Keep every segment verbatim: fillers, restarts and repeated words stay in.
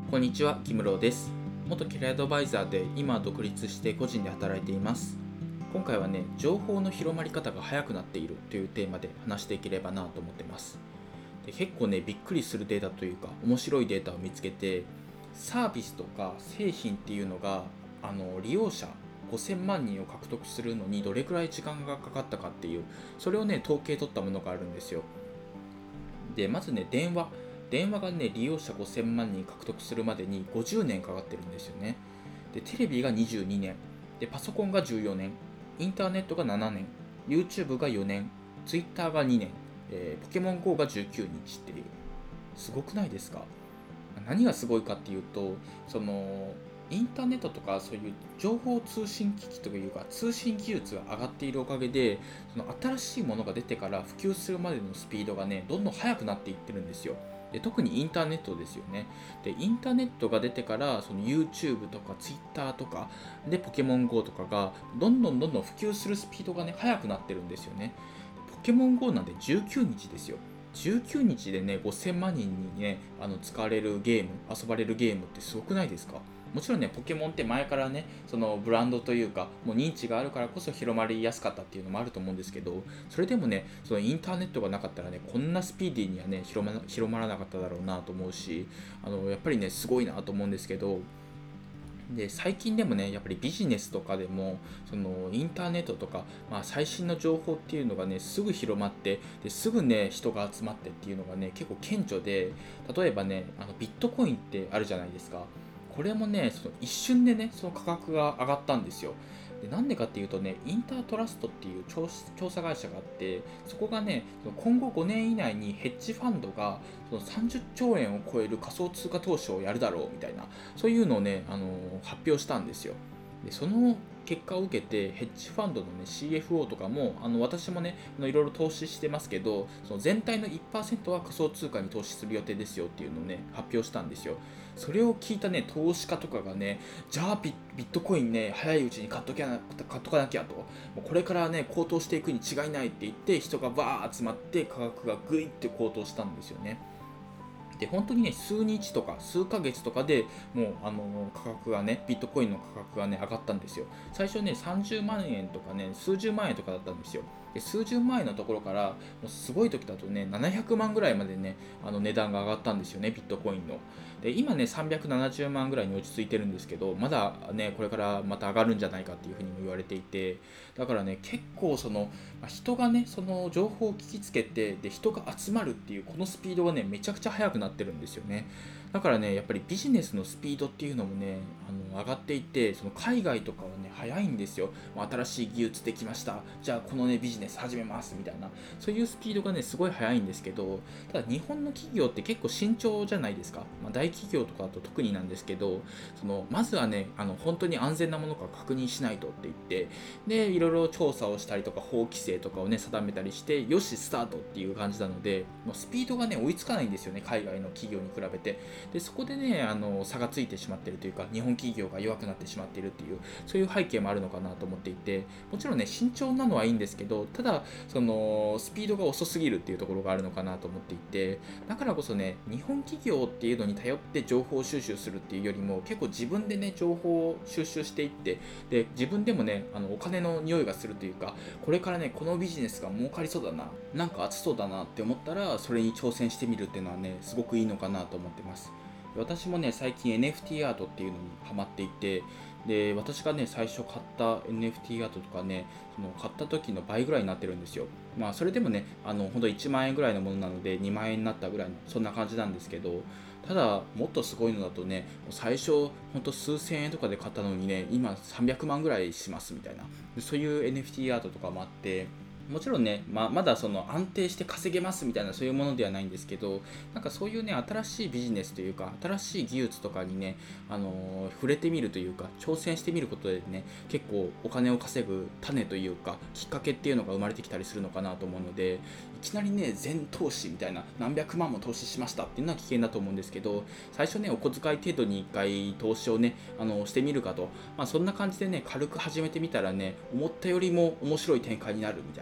こんにちは、木室です。元キャリアアドバイザーで今は独立して個人で働いています。今回はね、情報の広まり方が早くなっているというテーマで話していければなと思ってます。で結構ね、びっくりするデータというか、面白いデータを見つけて、サービスとか製品っていうのが、あの利用者ごせんまんにんを獲得するのにどれくらい時間がかかったかっていう、それをね、統計取ったものがあるんですよ。で、まずね、電話。電話がね、利用者ごせんまんにん獲得するまでにごじゅうねんかかってるんですよね。で、テレビがにじゅうにねん。で、パソコンがじゅうよねん。インターネットがななねん。YouTube がよねん。Twitter がにねん。えーポケモン ゴー がじゅうきゅうにちっていう。すごくないですか？何がすごいかっていうと、そのインターネットとかそういう情報通信機器というか通信技術が上がっているおかげで、その新しいものが出てから普及するまでのスピードがね、どんどん速くなっていってるんですよ。で特にインターネットですよね。でインターネットが出てからその YouTube とか Twitter とかでポケモン ゴー とかがどんどんどんどん普及するスピードがね速くなってるんですよね。ポケモン ゴー なんてじゅうきゅうにちですよ。じゅうきゅうにちでね、ごせんまんにんにね、あの使われるゲーム、遊ばれるゲームってすごくないですか？もちろんね、ポケモンって前からね、そのブランドというか、もう認知があるからこそ広まりやすかったっていうのもあると思うんですけど、それでもね、そのインターネットがなかったらね、こんなスピーディーにはね、広ま広まらなかっただろうなと思うし、あのやっぱりね、すごいなと思うんですけど、で最近でもねやっぱりビジネスとかでもそのインターネットとか、まあ、最新の情報っていうのがねすぐ広まってですぐね人が集まってっていうのがね結構顕著で、例えばねあのビットコインってあるじゃないですか。これもねその一瞬でねその価格が上がったんですよ。でなんでかっていうとね、インタートラストっていう調調査会社があって、そこがねその今後ごねん以内にヘッジファンドがそのさんじゅっちょうえんを超える仮想通貨投資をやるだろうみたいな、そういうのをね、あの発表したんですよ。でその結果を受けてヘッジファンドの、ね、シーエフオー とかも、あの私もねあのいろいろ投資してますけど、その全体の いちパーセント は仮想通貨に投資する予定ですよっていうのをね発表したんですよ。それを聞いたね投資家とかがね、じゃあビビットコインね早いうちに買っときゃ買っとかなきゃと、もうこれからね高騰していくに違いないって言って人がバー集まって価格がぐいって高騰したんですよね。で本当にね数日とか数ヶ月とかでもうあの価格がねビットコインの価格がね上がったんですよ。最初ねさんじゅうまんえんとかね数十万円とかだったんですよ。で数十万円のところからもうすごい時だとねななひゃくまんぐらいまでねあの値段が上がったんですよね、ビットコインの。で今ねさんびゃくななじゅうまんぐらいに落ち着いてるんですけど、まだねこれからまた上がるんじゃないかっていうふうにも言われていて、だからね結構その人がねその情報を聞きつけて、で人が集まるっていうこのスピードがねめちゃくちゃ速くなってるんですよね。だからねやっぱりビジネスのスピードっていうのもねあの上がっていて、その海外とかはね早いんですよ。新しい技術できました、じゃあこのねビジネス始めますみたいな、そういうスピードがねすごい速いんですけど、ただ日本の企業って結構慎重じゃないですか。まあ、大企業とかだと特になんですけど、そのまずはねあの本当に安全なものか確認しないとって言って、でいろいろ調査をしたりとか法規制とかをね定めたりして、よしスタートっていう感じなので、もうスピードがね追いつかないんですよね、海外の企業に比べて。でそこでねあの差がついてしまっているというか、日本企業が弱くなってしまっているっていう、そういう背景もあるのかなと思っていて、もちろんね慎重なのはいいんですけど、ただそのスピードが遅すぎるっていうところがあるのかなと思っていて、だからこそね日本企業っていうのに頼って情報収集するっていうよりも、結構自分でね情報を収集していって、で自分でもねあのお金の匂いがするというか、これからねこのビジネスが儲かりそうだな、なんか熱そうだなって思ったらそれに挑戦してみるっていうのはねすごくいいのかなと思ってます。私もね最近 エヌエフティー アートっていうのにハマっていて、で私がね最初買った エヌエフティー アートとかね、その買った時の倍ぐらいになってるんですよ。まあそれでもねあのほんといちまんえんぐらいのものなのでにまんえんになったぐらいのそんな感じなんですけど、ただもっとすごいのだとね、最初ほんと数千円とかで買ったのにね今さんびゃくまんぐらいしますみたいな、そういう エヌエフティー アートとかもあって、もちろんね、ままだその安定して稼げますみたいなそういうものではないんですけど、なんかそういうね新しいビジネスというか新しい技術とかにね、あのー触れてみるというか挑戦してみることでね、結構お金を稼ぐ種というかきっかけっていうのが生まれてきたりするのかなと思うので、いきなりね全投資みたいな何百万も投資しましたっていうのは危険だと思うんですけど、最初ねお小遣い程度にいっかい投資をねあのしてみるかと、まあ、そんな感じでね軽く始めてみたらね思ったよりも面白い展開になるみたいな、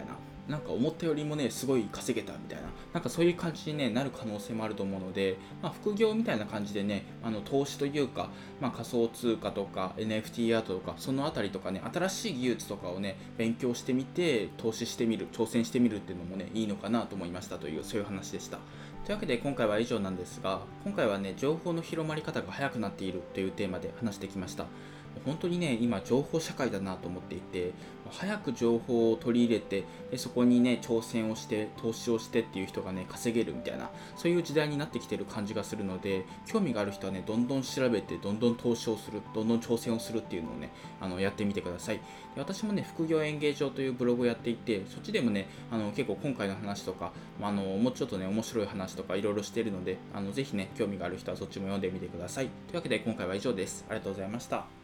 なんか思ったよりもねすごい稼げたみたいな、なんかそういう感じに、ね、なる可能性もあると思うので、まあ、副業みたいな感じでね、あの投資というか、まあ、仮想通貨とか エヌエフティー アートとかそのあたりとかね、新しい技術とかをね勉強してみて投資してみる、挑戦してみるっていうのもねいいのかなと思いましたという、そういう話でした。というわけで今回は以上なんですが、今回はね情報の広まり方が早くなっているというテーマで話してきました。本当にね今情報社会だなと思っていて、早く情報を取り入れて、でそこにね挑戦をして投資をしてっていう人がね稼げるみたいな、そういう時代になってきてる感じがするので、興味がある人はねどんどん調べて、どんどん投資をする、どんどん挑戦をするっていうのをねあのやってみてください。で私もね副業演芸場というブログをやっていて、そっちでもねあの結構今回の話とか、あのもうちょっとね面白い話とかいろいろしているので、あのぜひね興味がある人はそっちも読んでみてください。というわけで今回は以上です。ありがとうございました。